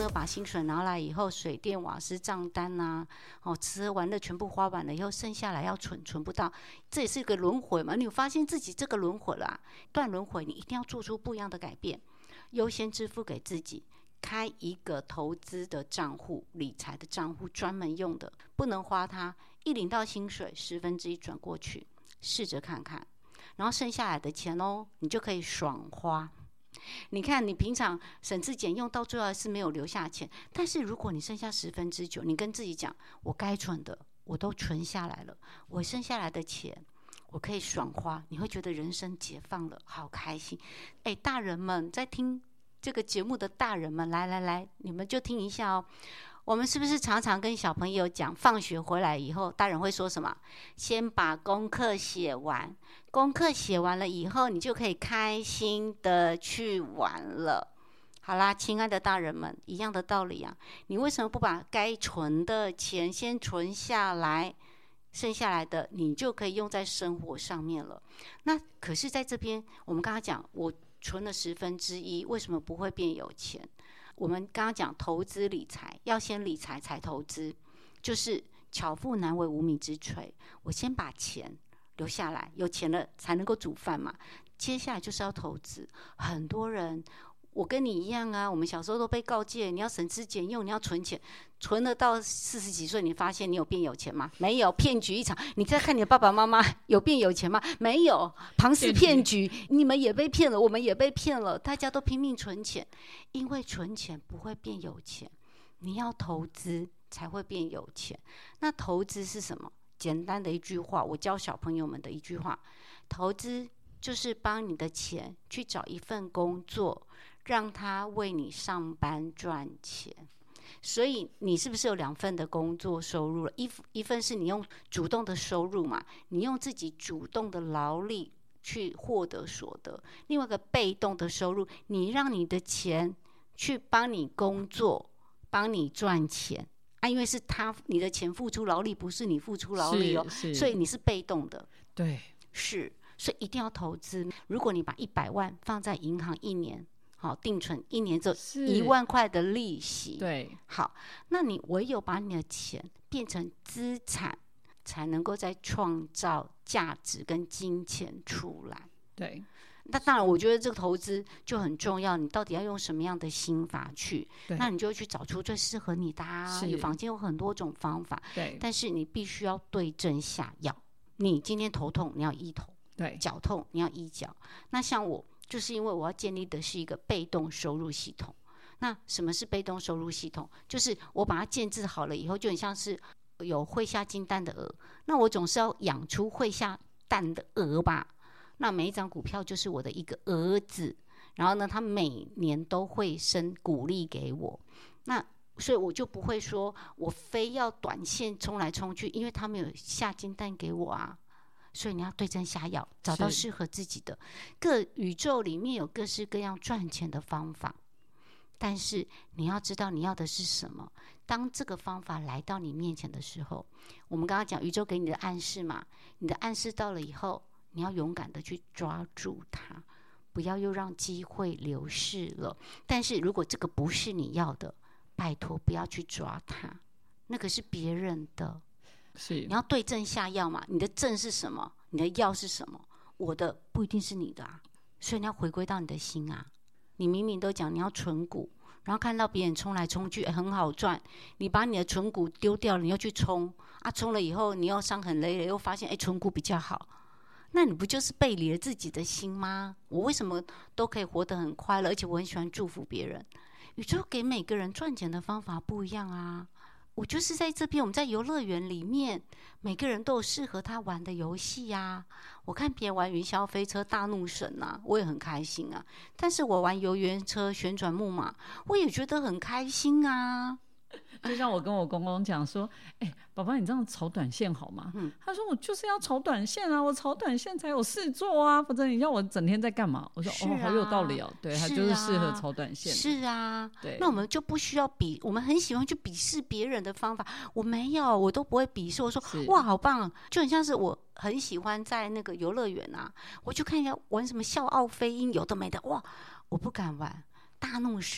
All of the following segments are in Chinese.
呢把薪水拿来以后，水电瓦斯账单啊，吃喝玩乐全部花完了以后，剩下来要存不到，这也是一个轮回嘛。你有发现自己这个轮回了啊？断轮回，你一定要做出不一样的改变，优先支付给自己。开一个投资的账户、理财的账户，专门用的，不能花它。一领到薪水1/10转过去，试着看看，然后剩下来的钱你就可以爽花。你看，你平常省吃俭用，到最后还是没有留下钱。但是如果你剩下9%，你跟自己讲，我该存的我都存下来了，我剩下来的钱我可以爽花，你会觉得人生解放了，好开心。大人们在听这个节目的大人们，来，你们就听一下哦。我们是不是常常跟小朋友讲，放学回来以后，大人会说什么？先把功课写完，功课写完了以后，你就可以开心的去玩了。好啦，亲爱的大人们，一样的道理啊。你为什么不把该存的钱先存下来？剩下来的你就可以用在生活上面了。那可是在这边，我们刚刚讲，我存了1/10，为什么不会变有钱？我们刚刚讲投资理财，要先理财才投资，就是巧妇难为无米之炊。我先把钱留下来，有钱了才能够煮饭嘛。接下来就是要投资。很多人，我跟你一样啊，我们小时候都被告诫，你要省吃俭用，你要存钱。存了到40几岁，你发现你有变有钱吗？没有，骗局一场。你再看你的爸爸妈妈有变有钱吗？没有，庞氏骗局，你们也被骗了，我们也被骗了，大家都拼命存钱，因为存钱不会变有钱，你要投资才会变有钱。那投资是什么？简单的一句话，我教小朋友们的一句话：投资就是帮你的钱去找一份工作，让他为你上班赚钱。所以你是不是有2份的工作收入了？一份是你用主动的收入嘛，你用自己主动的劳力去获得所得。另外一个被动的收入，你让你的钱去帮你工作，帮你赚钱啊，因为是你的钱付出劳力，不是你付出劳力哦，所以你是被动的。 对， 是，所以一定要投资。如果你把100万放在银行1年。好，定存1年之后1万块的利息。 对， 好，那你唯有把你的钱变成资产，才能够再创造价值跟金钱出来。 对， 那当然，我觉得这个投资就很重要。你到底要用什么样的心法去？那你就会去找出最适合你的啊。有坊间有很多种方法， 对， 但是你必须要对症下药。你今天头痛，你要医头； 对， 脚痛，你要医脚。那像我。就是因为我要建立的是一个被动收入系统。那什么是被动收入系统？就是我把它建制好了以后，就很像是有会下金蛋的鹅。那我总是要养出会下蛋的鹅吧？那每一张股票就是我的一个儿子，然后呢，他每年都会生股利给我。那所以我就不会说我非要短线冲来冲去，因为他没有下金蛋给我啊。所以你要对症下药，找到适合自己的。宇宙里面有各式各样赚钱的方法，但是你要知道你要的是什么。当这个方法来到你面前的时候，我们刚刚讲宇宙给你的暗示嘛，你的暗示到了以后，你要勇敢的去抓住它，不要又让机会流逝了。但是如果这个不是你要的，拜托不要去抓它，那个是别人的。 是， 你要对症下药嘛，你的症是什么，你的药是什么，我的不一定是你的啊。所以你要回归到你的心啊。你明明都讲你要存股，然后看到别人冲来冲去，很好赚，你把你的存股丢掉了，你又去冲啊，冲了以后你又伤痕累累，又发现存股比较好，那你不就是背离了自己的心吗？我为什么都可以活得很快乐，而且我很喜欢祝福别人？宇宙给每个人赚钱的方法不一样啊。我就是在这边，我们在游乐园里面，每个人都有适合他玩的游戏啊。我看别人玩云霄飞车、大怒神啊，我也很开心啊。但是我玩游园车、旋转木马，我也觉得很开心啊。 就像我跟我公公讲说，爸爸你这样炒短线好吗？他说我就是要炒短线啊，我炒短线才有事做啊，否则你要我整天在干嘛？我说好有道理哦。对，他就是适合炒短线。 是啊， 对， 那我们就不需要我们很喜欢去鄙视别人的方法，我没有，我都不会鄙视。我说哇好棒，就很像是我很喜欢在那个游乐园啊，我去看一下玩什么笑傲飞鹰，有的没的，哇，我不敢玩。大怒神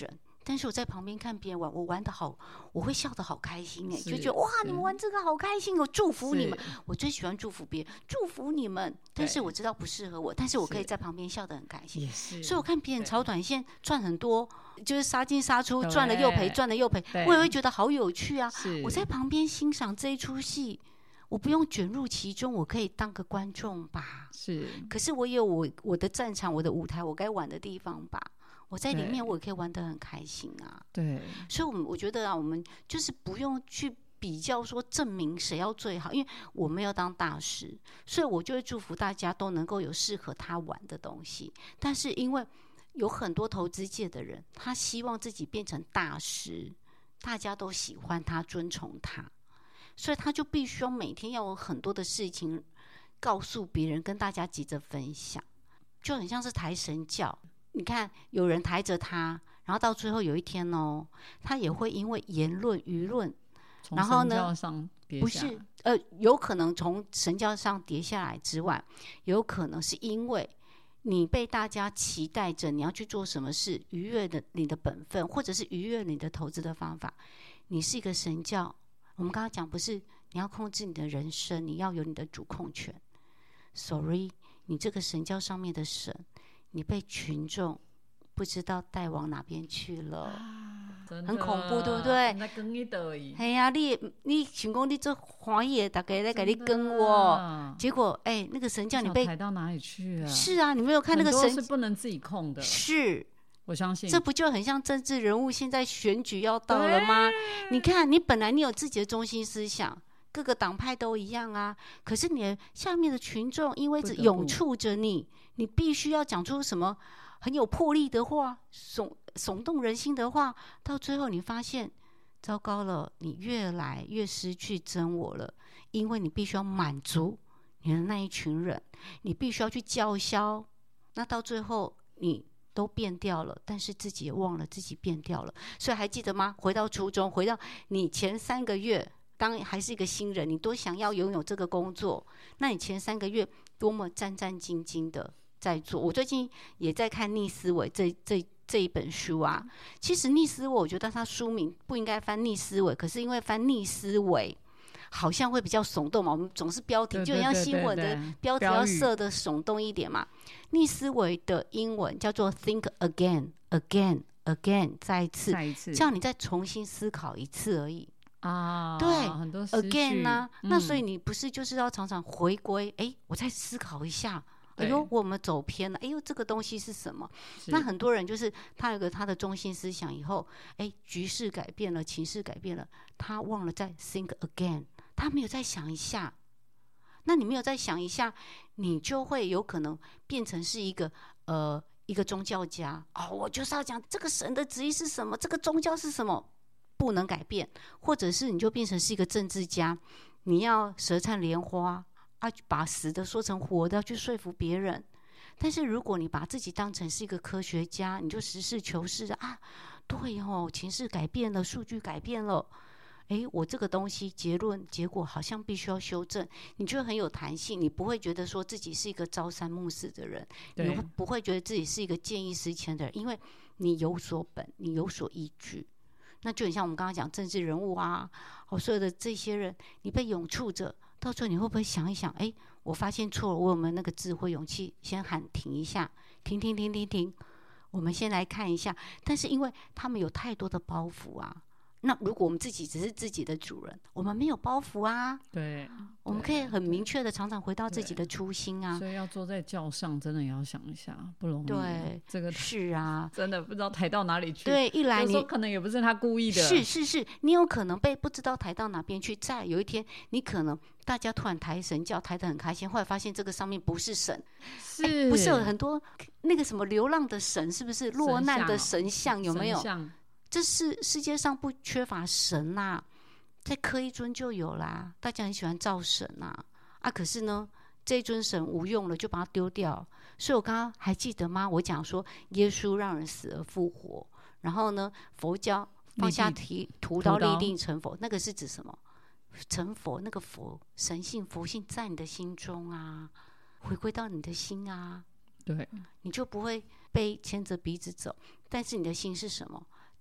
但是我在旁边看别人玩，我玩得好，我会笑得好开心哎，就觉得哇，你们玩这个好开心哦，祝福你们。我最喜欢祝福别人，祝福你们。但是我知道不适合我，但是我可以在旁边笑得很开心。所以我看别人炒短线赚很多，就是杀进杀出，赚了又赔，赚了又赔，我也会觉得好有趣啊。我在旁边欣赏这一出戏。我不用卷入其中，我可以当个观众吧。可是我有我的战场，我的舞台，我该玩的地方吧。我在里面，我也可以玩得很开心啊。 对， 所以我觉得啊，我们就是不用去比较说证明谁要最好，因为我没有当大师，所以我就会祝福大家都能够有适合他玩的东西。但是因为有很多投资界的人，他希望自己变成大师，大家都喜欢他，尊崇他。所以他就必须要每天要有很多的事情告诉别人，跟大家急着分享，就很像是抬神教。你看有人抬着他，然后到最后有一天哦，他也会因为言论舆论，然后呢不是有可能从神教上跌下来之外，有可能是因为你被大家期待着你要去做什么事，逾越的你的本分，或者是逾越你的投资的方法。你是一个神教，我们刚刚讲不是你要控制你的人生，你要有你的主控权。Sorry， 你这个神教上面的神，你被群众不知道带往哪边去了，很恐怖，对不对？哎呀，你想讲你做欢喜的，大家在给你跟我，结果那个神教你被抬到哪里去啊？ 是啊，你没有看那个神， 很多是不能自己控的， 是。 我相信这不就很像政治人物现在选举要到了吗？你看你本来你有自己的中心思想，各个党派都一样啊，可是你下面的群众因为拥簇着你，你必须要讲出什么很有魄力的话，耸动人心的话，到最后你发现糟糕了，你越来越失去真我了，因为你必须要满足你的那一群人，你必须要去叫嚣，那到最后你都变掉了，但是自己也忘了自己变掉了。所以还记得吗？回到初中，回到你前3个月，当还是一个新人，你多想要拥有这个工作，那你前3个月多么战战兢兢的在做。我最近也在看逆思维这一本书啊。其实逆思维，我觉得它书名不应该翻逆思维，可是因为翻逆思维好像会比较耸动嘛，我们总是标题就像新闻的标题要设的耸动一点嘛。逆思维的英文叫做 think again again again， 再一次，这样你再重新思考一次而已啊。对， 很多 again 啊，那所以你不是就是要常常回归？我再思考一下。哎呦，我们走偏了。哎呦，这个东西是什么？那很多人就是他有个他的中心思想以后，局势改变了，情势改变了，他忘了再 think again。他没有再想一下，那你没有再想一下，你就会有可能变成是一个宗教家我就是要讲这个神的旨意是什么，这个宗教是什么，不能改变，或者是你就变成是一个政治家，你要舌灿莲花把死的说成活的，要去说服别人。但是如果你把自己当成是一个科学家，你就实事求是的对情势改变了，数据改变了。我这个东西结果好像必须要修正，你就很有弹性，你不会觉得说自己是一个朝三暮四的人，你不会觉得自己是一个见异思迁的人，因为你有所本，你有所依据。那就很像我们刚刚讲政治人物所有的这些人，你被拥簇着，到最后你会不会想一想，我发现错了，我有没有那个智慧勇气先喊停一下，停，我们先来看一下。但是因为他们有太多的包袱那如果我们自己只是自己的主人，我们没有包袱对， 我们可以很明确的常常回到自己的初心所以要坐在轿上，真的也要想一下，不容易。 对， 这个是真的不知道抬到哪里去。 对，一来有时候可能也不是他故意的。 是，你有可能被不知道抬到哪边去。再有一天，你可能大家突然抬神教，抬得很开心，后来发现这个上面不是神，不是有很多那个什么流浪的神，是不是落难的神像？有没有？这是世界上不缺乏神在科一尊就有啦，大家很喜欢造神可是呢，这尊神无用了，就把它丢掉。所以我刚刚还记得吗？我讲说耶稣让人死而复活，然后呢，佛教放下屠刀立地成佛，那个是指什么？成佛，那个佛神性佛性在你的心中回归到你的心对， 你就不会被牵着鼻子走。但是你的心是什么？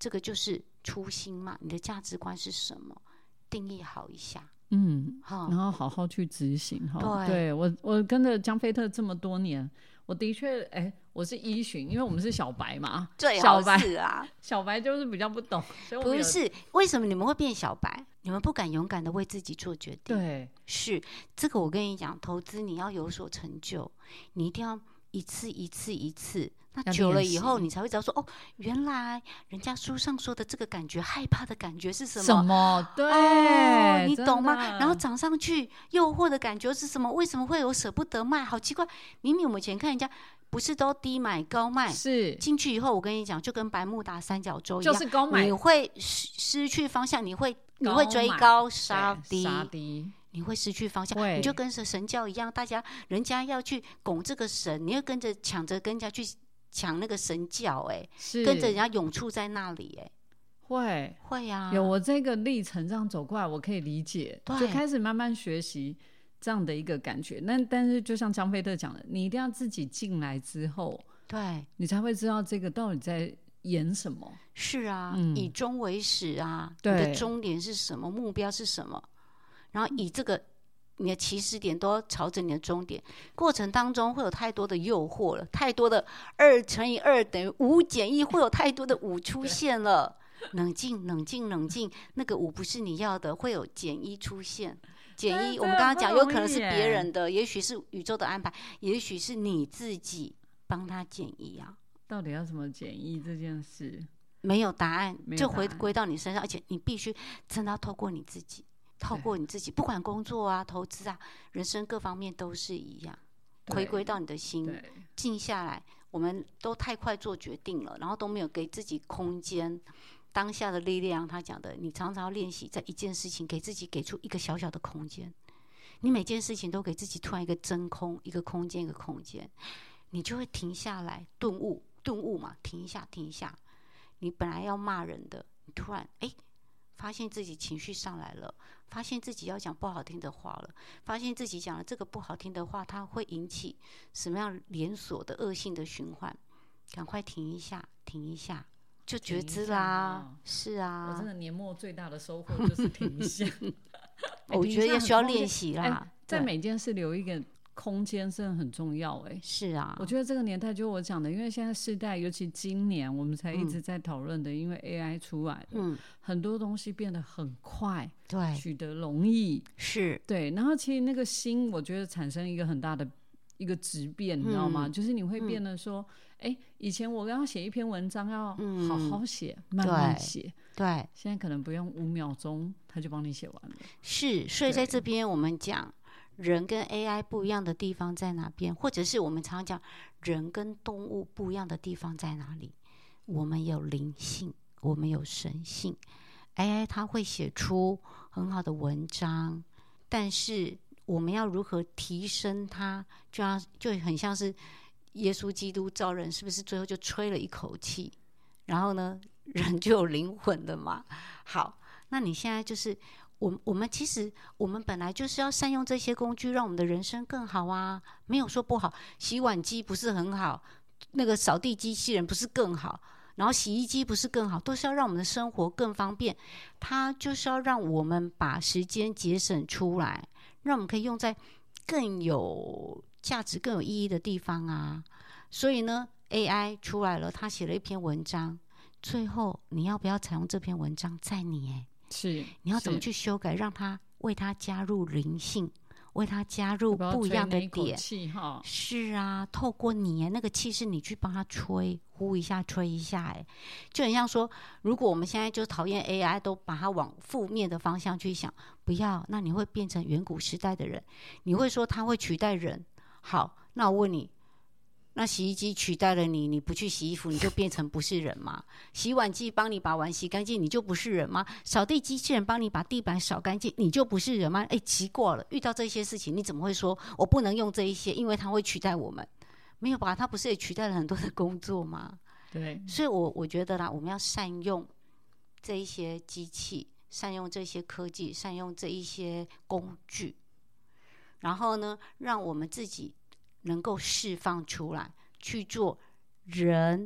这个就是初心嘛，你的价值观是什么，定义好一下。 然后好好去执行。 对， 我跟着江菲特这么多年，我的确我是依循，因为我们是小白嘛， 最好是小白就是比较不懂，所以我们不是为什么你们会变小白？你们不敢勇敢的为自己做决定。 对， 是这个我跟你讲，投资你要有所成就，你一定要一次一次一次，那久了以后你才会知道说，哦，原来人家书上说的这个感觉，害怕的感觉是什么？ 对， 你懂吗？然后涨上去诱惑的感觉是什么？为什么会有舍不得卖？好奇怪，明明我们以前看人家不是都低买高卖， 是进去以后，我跟你讲，就跟百慕达三角洲一样， 就是高买， 你会失去方向，你会追高杀低。你会失去方向，你就跟着神教一样，人家要去拱这个神，你会跟着抢着跟人家去抢那个神教，跟着人家永处在那里， 会啊， 有我这个历程这样走过来，我可以理解，就开始慢慢学习这样的一个感觉。但是就像江菲特讲的，你一定要自己进来之后， 对， 你才会知道这个到底在演什么。 是啊，以终为始啊，你的终点是什么，目标是什么，然后以这个你的起始点都朝着你的终点，过程当中会有太多的诱惑了，太多的2乘以2等于5减1，会有太多的5出现了。冷静，那个5不是你要的，会有减1出现。减1，我们刚刚讲有可能是别人的，也许是宇宙的安排，也许是你自己帮他减1啊。 到底要怎么减1这件事， 没有答案，就回归到你身上，而且你必须真的要透过你自己，不管工作啊、投资啊、人生各方面都是一样，回归到你的心，静下来。我们都太快做决定了，然后都没有给自己空间。当下的力量，他讲的，你常常要练习，在一件事情给自己给出一个小小的空间。你每件事情都给自己突然一个真空，一个空间，你就会停下来，顿悟嘛，停一下。你本来要骂人的，你突然发现自己情绪上来了，发现自己要讲不好听的话了，发现自己讲了这个不好听的话，它会引起什么样连锁的恶性的循环？赶快停一下，就觉知啦。是啊， 我真的年末最大的收获就是停一下。 我觉得也需要练习啦， 在每件事留一个空间真的很重要。 是啊， 我觉得这个年代就我讲的，因为现在世代，尤其今年我们才一直在讨论的，因为 AI 出来了，很多东西变得很快， 对， 取得容易， 是对。 然后其实那个心，我觉得产生一个很大的一个质变，你知道吗？就是你会变得说，以前我要写一篇文章要好好写，慢慢写， 对， 现在可能不用5秒钟，他就帮你写完了。 是，所以在这边我们讲。人跟 AI 不一样的地方在哪边？或者是我们常讲人跟动物不一样的地方在哪里？我们有灵性，我们有神性。AI 它会写出很好的文章，但是我们要如何提升它？就很像是耶稣基督造人，是不是最后就吹了一口气，然后呢，人就有灵魂了嘛？好，那你现在就是。我们其实我们本来就是要善用这些工具，让我们的人生更好啊，没有说不好。洗碗机不是很好，那个扫地机器人不是更好，然后洗衣机不是更好，都是要让我们的生活更方便。它就是要让我们把时间节省出来，让我们可以用在更有价值、更有意义的地方啊。所以呢 ，AI 出来了，他写了一篇文章，最后你要不要采用这篇文章，在你是， 你要怎么去修改，让它为它加入灵性，为它加入不一样的点。是啊，透过你那个气是你去帮它吹，呼一下，吹一下，就很像说，如果我们现在就讨厌 AI， 都把它往负面的方向去想，不要，那你会变成远古时代的人。你会说它会取代人，好，那我问你。那洗衣机取代了你，你不去洗衣服，你就变成不是人吗？洗碗机帮你把碗洗干净，你就不是人吗？扫地机器人帮你把地板扫干净，你就不是人吗？奇怪了，遇到这些事情，你怎么会说我不能用这一些，因为它会取代我们？没有吧？它不是也取代了很多的工作吗？ 对， 所以我觉得啦，我们要善用这一些机器，善用这些科技，善用这一些工具，然后呢，让我们自己能够释放出来，去做人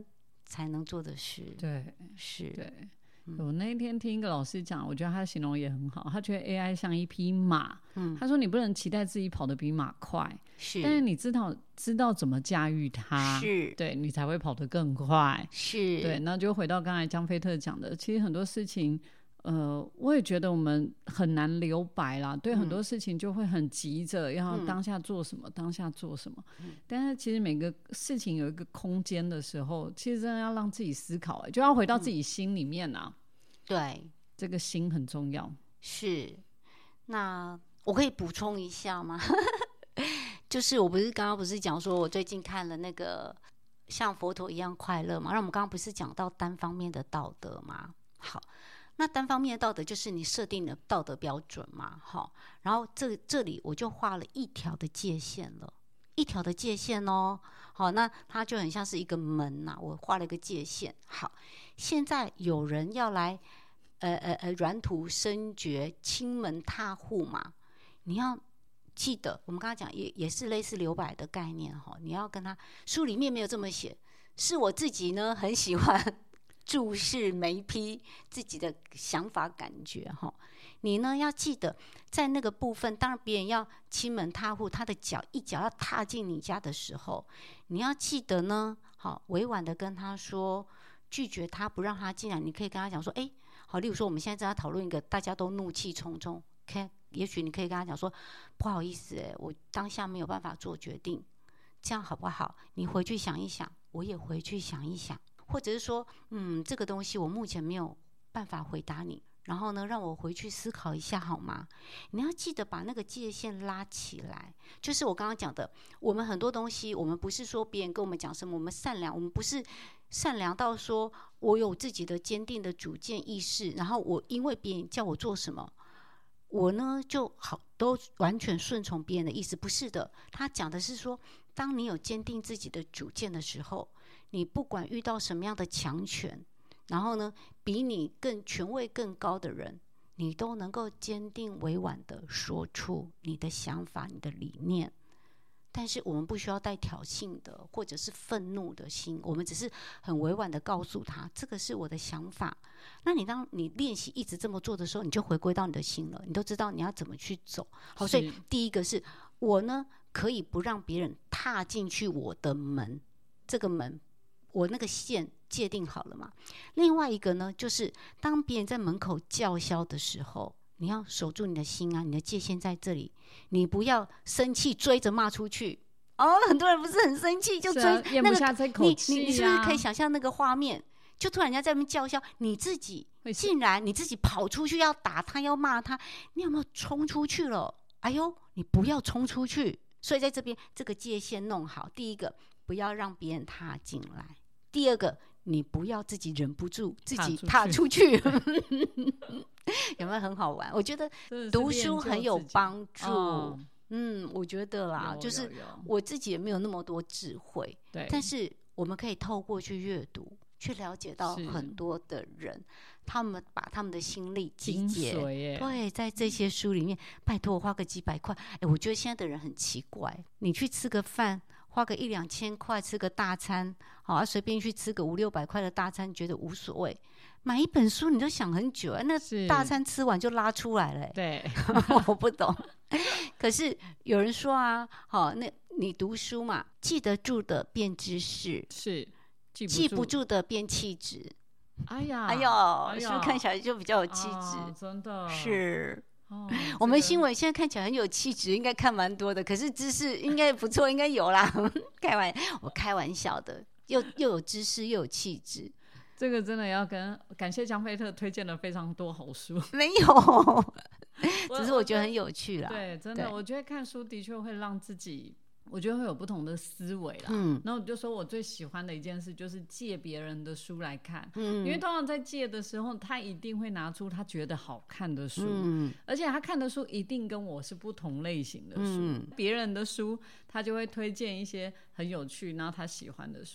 才能做的事。 对， 是， 对。我那一天听一个老师讲，我觉得他形容也很好，他觉得 AI 像一匹马，他说你不能期待自己跑得比马快，但是你知道怎么驾驭它， 是， 对，你才会跑得更快。 是， 对，那就回到刚才江菲特讲的，其实很多事情我也觉得我们很难留白啦，对很多事情就会很急着要当下做什么，当下做什么，但是其实每个事情有一个空间的时候，其实真的要让自己思考，就要回到自己心里面啊。 对， 这个心很重要。 是，那我可以补充一下吗？就是我刚刚不是讲说我最近看了那个像佛陀一样快乐嘛，那我们刚刚不是讲到单方面的道德吗？好，那单方面的道德就是你设定的道德标准嘛，好，然后这里我就画了一条的界限了，一条的界限哦，好，那它就很像是一个门呐，我画了一个界限。好，现在有人要来软土深掘、亲门踏户嘛，你要记得，我们刚刚讲也是类似留白的概念哈，你要跟他书里面没有这么写，是我自己呢很喜欢注释眉批自己的想法感觉哈。你呢要记得，在那个部分，当然别人要亲门踏户，他的一脚要踏进你家的时候，你要记得呢，好委婉的跟他说，拒绝他，不让他进来。你可以跟他讲说，好，例如说我们现在正在讨论一个大家都怒气冲冲，也许你可以跟他讲说，不好意思，我当下没有办法做决定，这样好不好？你回去想一想，我也回去想一想，或者是说，这个东西我目前没有办法回答你，然后呢，让我回去思考一下好吗？你要记得把那个界限拉起来，就是我刚刚讲的，我们很多东西，我们不是说别人跟我们讲什么，我们善良，我们不是善良到说我有自己的坚定的主见意识，然后我因为别人叫我做什么，我呢就好都完全顺从别人的意思，不是的。他讲的是说，当你有坚定自己的主见的时候，你不管遇到什么样的强权，然后呢，比你更权位更高的人，你都能够坚定委婉的说出你的想法、你的理念。但是我们不需要带挑衅的或者是愤怒的心，我们只是很委婉的告诉他，这个是我的想法。那你当你练习一直这么做的时候，你就回归到你的心了，你都知道你要怎么去走。好，所以第一个是我呢可以不让别人踏进去我的门，这个门我那个线界定好了嘛。另外一个呢，就是当别人在门口叫嚣的时候，你要守住你的心啊，你的界限在这里，你不要生气追着骂出去。很多人不是很生气就追， 咽不下这口气啊。 你是不是可以想象那个画面？就突然人家在那边叫嚣，你自己竟然你自己跑出去要打他要骂他，你有没有冲出去了？哎呦，你不要冲出去。所以在这边这个界限弄好，第一个不要让别人踏进来，第二个你不要自己忍不住自己踏出去。有没有很好玩？我觉得读书很有帮助。我觉得啦，就是我自己也没有那么多智慧，但是我们可以透过去阅读，去了解到很多的人，他们把他们的心力集结，对，在这些书里面，拜托我花个几百块，我觉得现在的人很奇怪，你去吃个饭，花个1-2千块吃个大餐，好，随便去吃个500-600块的大餐，觉得无所谓。买一本书你都想很久，那大餐吃完就拉出来了。 对， 我不懂。可是有人说啊，那你读书嘛，记得住的变知识， 是记不住的变气质。 哎呀， 是不是看起来就比较有气质？ 真的是。我们新闻现在看起来很有气质，应该看蛮多的，可是知识应该不错，应该有啦。我开玩笑的，又有知识又有气质。 这个真的要感谢江菲特推荐了非常多好书。 没有，只是我觉得很有趣啦。 对，真的，我觉得看书的确会让自己，我觉得会有不同的思维啦。然后我就说我最喜欢的一件事就是借别人的书来看，因为通常在借的时候，他一定会拿出他觉得好看的书，而且他看的书一定跟我是不同类型的书。别人的书他就会推荐一些很有趣，然后他喜欢的书。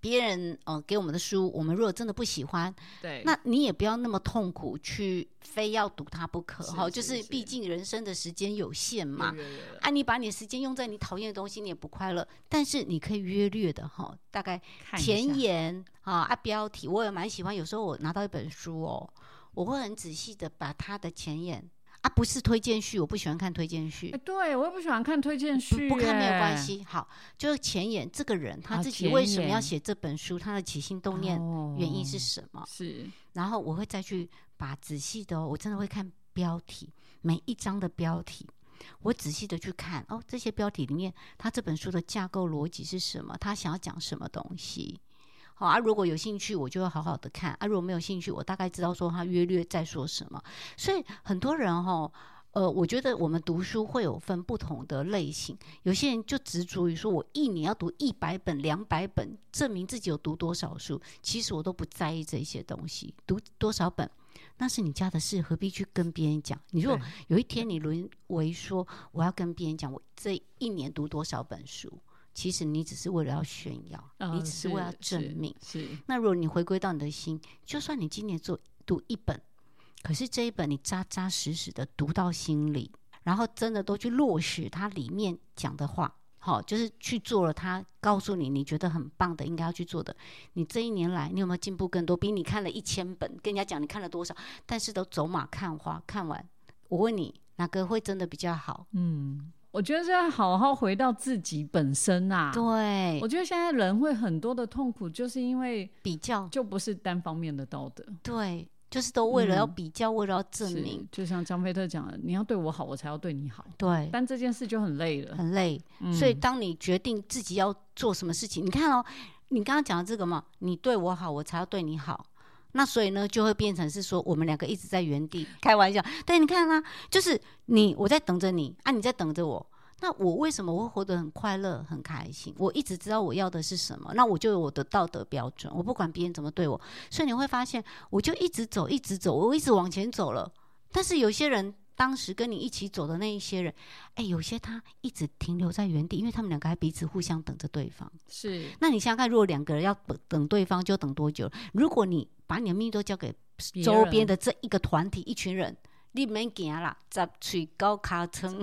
别人给我们的书，我们如果真的不喜欢， 对， 那你也不要那么痛苦去非要读它不可哈，就是毕竟人生的时间有限嘛。啊，你把你的时间用在你讨厌的东西，你也不快乐。但是你可以约略的哈，大概前言标题，我也蛮喜欢。有时候我拿到一本书我会很仔细的把它的前言。不是推荐序，我不喜欢看推荐序。 对，我也不喜欢看推荐序， 不看没有关系。好，就是前言，这个人他自己为什么要写这本书，他的起心动念、原因是什么？ 是。 然后我会再去把仔细的我真的会看标题，每一章的标题，我仔细的去看这些标题里面，他这本书的架构逻辑是什么？他想要讲什么东西？如果有兴趣我就会好好的看如果没有兴趣我大概知道说他约略在说什么。所以很多人我觉得我们读书会有分不同的类型，有些人就执着于说我一年要读100本200本证明自己有读多少书，其实我都不在意这些东西，读多少本那是你家的事，何必去跟别人讲？你如果有一天你沦为说我要跟别人讲我这一年读多少本书，其实你只是为了要炫耀你只是为了要证明。 是那如果你回归到你的心，就算你今年读1本，可是这一本你扎扎实实的读到心里，然后真的都去落实它里面讲的话，就是去做了它告诉你觉得很棒的应该要去做的，你这一年来你有没有进步更多？比你看了1000本跟人家讲你看了多少，但是都走马看花看完，我问你哪个会真的比较好？ 我觉得是要好好回到自己本身啊。 对， 我觉得现在人会很多的痛苦，就是因为比较， 就不是单方面的道德。 对，就是都为了要比较，为了要证明。 就像江菲特讲的，你要对我好，我才要对你好。 对， 但这件事就很累了， 很累。所以当你决定自己要做什么事情，你看你刚刚讲的这个嘛，你对我好，我才要对你好。那所以呢，就会变成是说，我们两个一直在原地开玩笑。对，你看啊，就是我在等着你你在等着我。那我为什么会活得很快乐、很开心？我一直知道我要的是什么，那我就有我的道德标准，我不管别人怎么对我。所以你会发现，我就一直走，一直走，我一直往前走了。但是有些人当时跟你一起走的那一些人，有些他一直停留在原地，因为他们两个还彼此互相等着对方。 是， 那你想想看，如果2个人要等对方，就等多久？如果你把你的命运都交给周边的这一个团体、一群人，你免行啦，10嘴高卡称，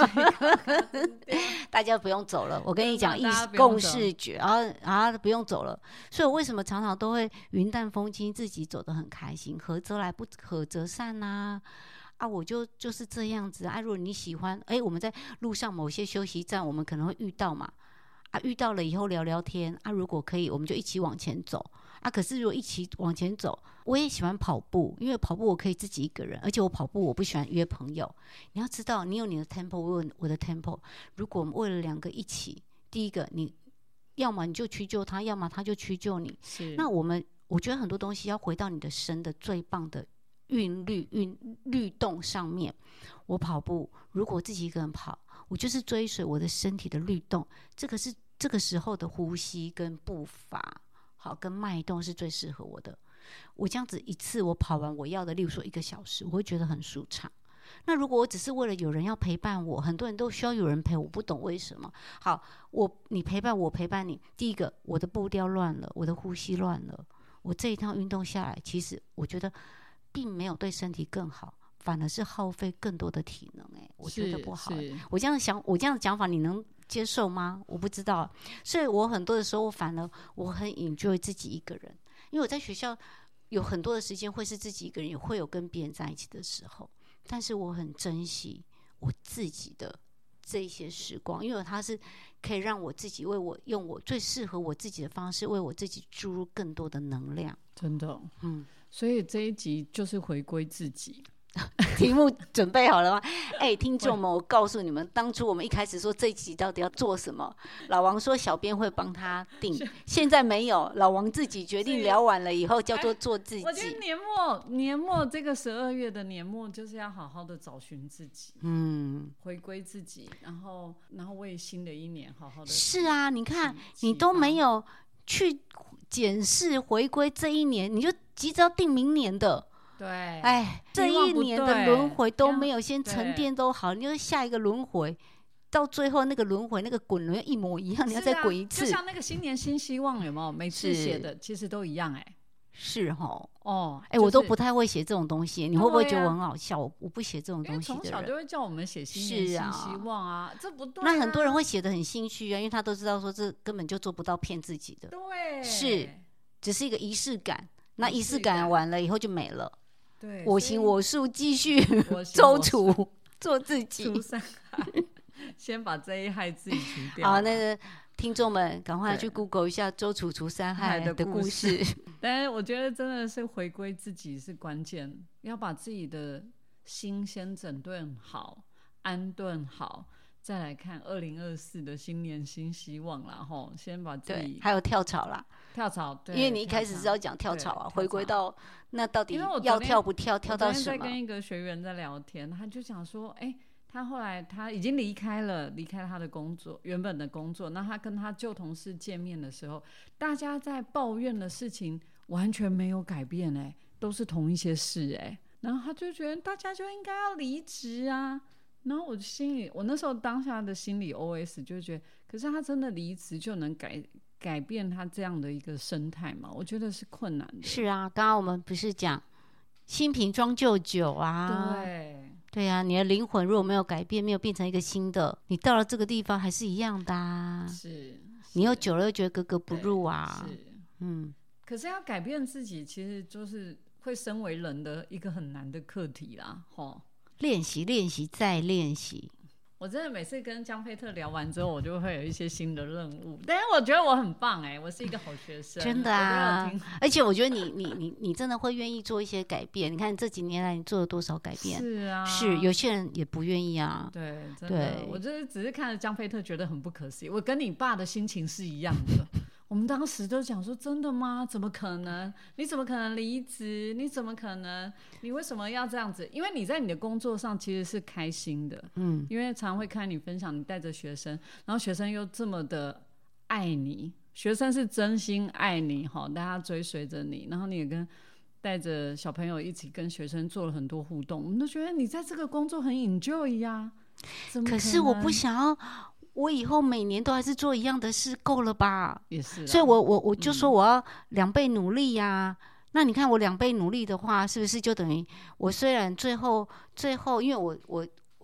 大家不用走了。我跟你讲，共视觉，然后不用走了。所以我为什么常常都会云淡风轻，自己走得很开心，合则来，不合则散我就是这样子如果你喜欢，我们在路上某些休息站，我们可能会遇到嘛，遇到了以后聊聊天如果可以，我们就一起往前走可是如果一起往前走，我也喜欢跑步，因为跑步我可以自己一个人，而且我跑步我不喜欢约朋友。你要知道，你有你的 tempo， 我有我的 tempo。如果我们为了2个一起，第一个你要么你就屈就他，要么他就屈就你。那我觉得很多东西要回到你的身的最棒的律动上面。我跑步，如果我自己一个人跑，我就是追随我的身体的律动，这个是这个时候的呼吸跟步伐跟脉动是最适合我的。我这样子一次我跑完我要的，例如说1个小时，我会觉得很舒畅。那如果我只是为了有人要陪伴我，很多人都需要有人陪，我不懂为什么。好，你陪伴我陪伴你，第一个我的步调乱了，我的呼吸乱了，我这一趟运动下来，其实我觉得并没有对身体更好，反而是耗费更多的体能。我觉得不好。我这样想，我这样的讲法你能接受吗？我不知道。所以我很多的时候反而我很 enjoy 自己一个人，因为我在学校有很多的时间会是自己一个人，也会有跟别人在一起的时候，但是我很珍惜我自己的这些时光，因为它是可以让我自己用我最适合我自己的方式为我自己注入更多的能量。 真的所以这一集就是回归自己。 题目准备好了吗？听众们，我告诉你们，当初我们一开始说这一集到底要做什么，老王说小编会帮他定，现在没有，老王自己决定，聊完了以后叫做做自己。 我觉得年末这个12月的年末就是要好好的找寻自己，回归自己，然后为新的一年好好的。是啊， 你看你都没有去检视回归这一年，你就急着要定明年的。 对， 这一年的轮回都没有先沉淀都好，你就下一个轮回， 到最后那个轮回那个滚轮一模一样，你要再滚一次。 就像那个新年新希望有没有？每次写的其实都一样是哦， 我都不太会写这种东西，你会不会觉得我很好笑？我不写这种东西的人， 从小就会叫我们写新年新希望啊，这不对。 那很多人会写得很心虚啊，因为他都知道说这根本就做不到，骗自己的。 对， 是，只是一个仪式感。那仪式感完了以后就没了。 对， 我行我素，继续周除，做自己。 除三害，先把这一害自己除掉。 好，那个听众们赶快去 Google 一下周楚除三害的故事。 但是我觉得真的是回归自己是关键，要把自己的心先整顿好、安顿好，再来看2024的新年新希望啦。吼，先把自己还有跳槽啦， 跳槽，对， 因为你一开始是要讲跳槽啊，回归到那到底要跳不跳，跳到什么？ 我昨天在跟一个学员在聊天，他就讲说，他后来他已经离开他的工作，原本的工作。那他跟他旧同事见面的时候，大家在抱怨的事情完全没有改变，都是同一些事，然后他就觉得大家就应该要离职啊。然后我那时候当下的心理 OS 就觉得，可是他真的离职就能改变他这样的一个生态吗？我觉得是困难的。 是啊，刚刚我们不是讲新瓶装旧酒啊？对啊，你的灵魂如果没有改变，没有变成一个新的，你到了这个地方还是一样的啊。 是， 你又久了又觉得格格不入啊。 是，可是要改变自己，其实就是会身为人的一个很难的课题啦。 练习，练习，再练习。 我真的每次跟江菲特聊完之后，我就会有一些新的任务。但是我觉得我很棒，我是一个好学生， 真的啊！而且我觉得你真的会愿意做一些改变。你看这几年来你做了多少改变？ 是啊， 是有些人也不愿意啊。 对，真的，我就是只是看着江菲特觉得很不可思议。我跟你爸的心情是一样的。我们当时都讲说，真的吗？怎么可能？你怎么可能离职？你怎么可能？你为什么要这样子？因为你在你的工作上其实是开心的，因为常会看你分享，你带着学生，然后学生又这么的爱你，学生是真心爱你，大家追随着你，然后你也带着小朋友一起跟学生做了很多互动，我们都觉得你在这个工作很 enjoy 呀。 可是我不想要。我以后每年都还是做一样的事，够了吧？ 也是， 所以我就说我要2倍努力呀。那你看我2倍努力的话，是不是就等于我虽然最后，因为我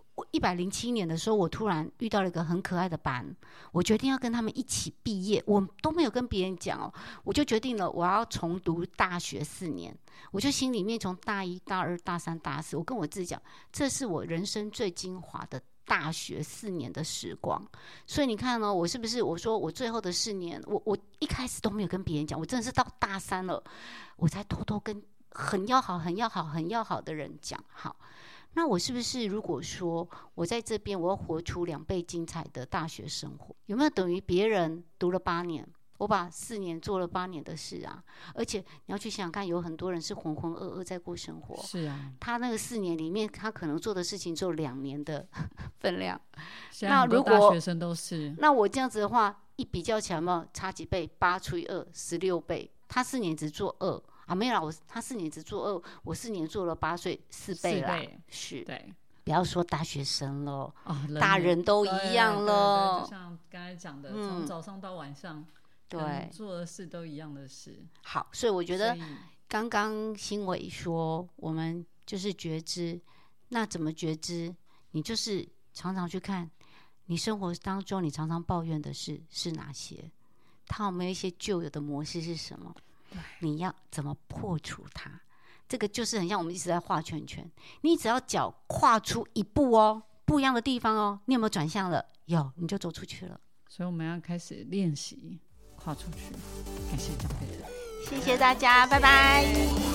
107年的时候，我突然遇到了一个很可爱的班，我决定要跟他们一起毕业，我都没有跟别人讲我就决定了我要重读大学4年，我就心里面从大1、大2、大3、大4，我跟我自己讲，这是我人生最精华的大学4年的时光。所以你看我是不是我说我最后的4年，我一开始都没有跟别人讲，我真的是到大3了，我才偷偷跟很要好的人讲。好，那我是不是如果说我在这边我要活出2倍精彩的大学生活，有没有等于别人读了8年，我把4年做了8年的事啊？而且你要去想想看，有很多人是浑浑噩噩在过生活。 是啊， 他那个4年里面，他可能做的事情只有2年的分量。 那如果大学生都是， 那我这样子的话，一比较起来嘛，差几倍？8除以2，16倍。他4年只做2啊，没有啦，他4年只做2，我4年做了8，所以4倍啦。是，对。不要说大学生了，大人都一样了。 对，就像刚才讲的，从早上到晚上。 对， 做的事都一样的事。 好，所以我觉得刚刚新伟说我们就是觉知，那怎么觉知？你就是常常去看你生活当中你常常抱怨的事是哪些，它有没有一些旧有的模式是什么？你要怎么破除它？这个就是很像我们一直在画圈圈，你只要脚跨出一步不一样的地方你有没有转向了？有，你就走出去了。 所以我们要开始练习跨出去。感谢张佩特， 谢谢大家，拜拜。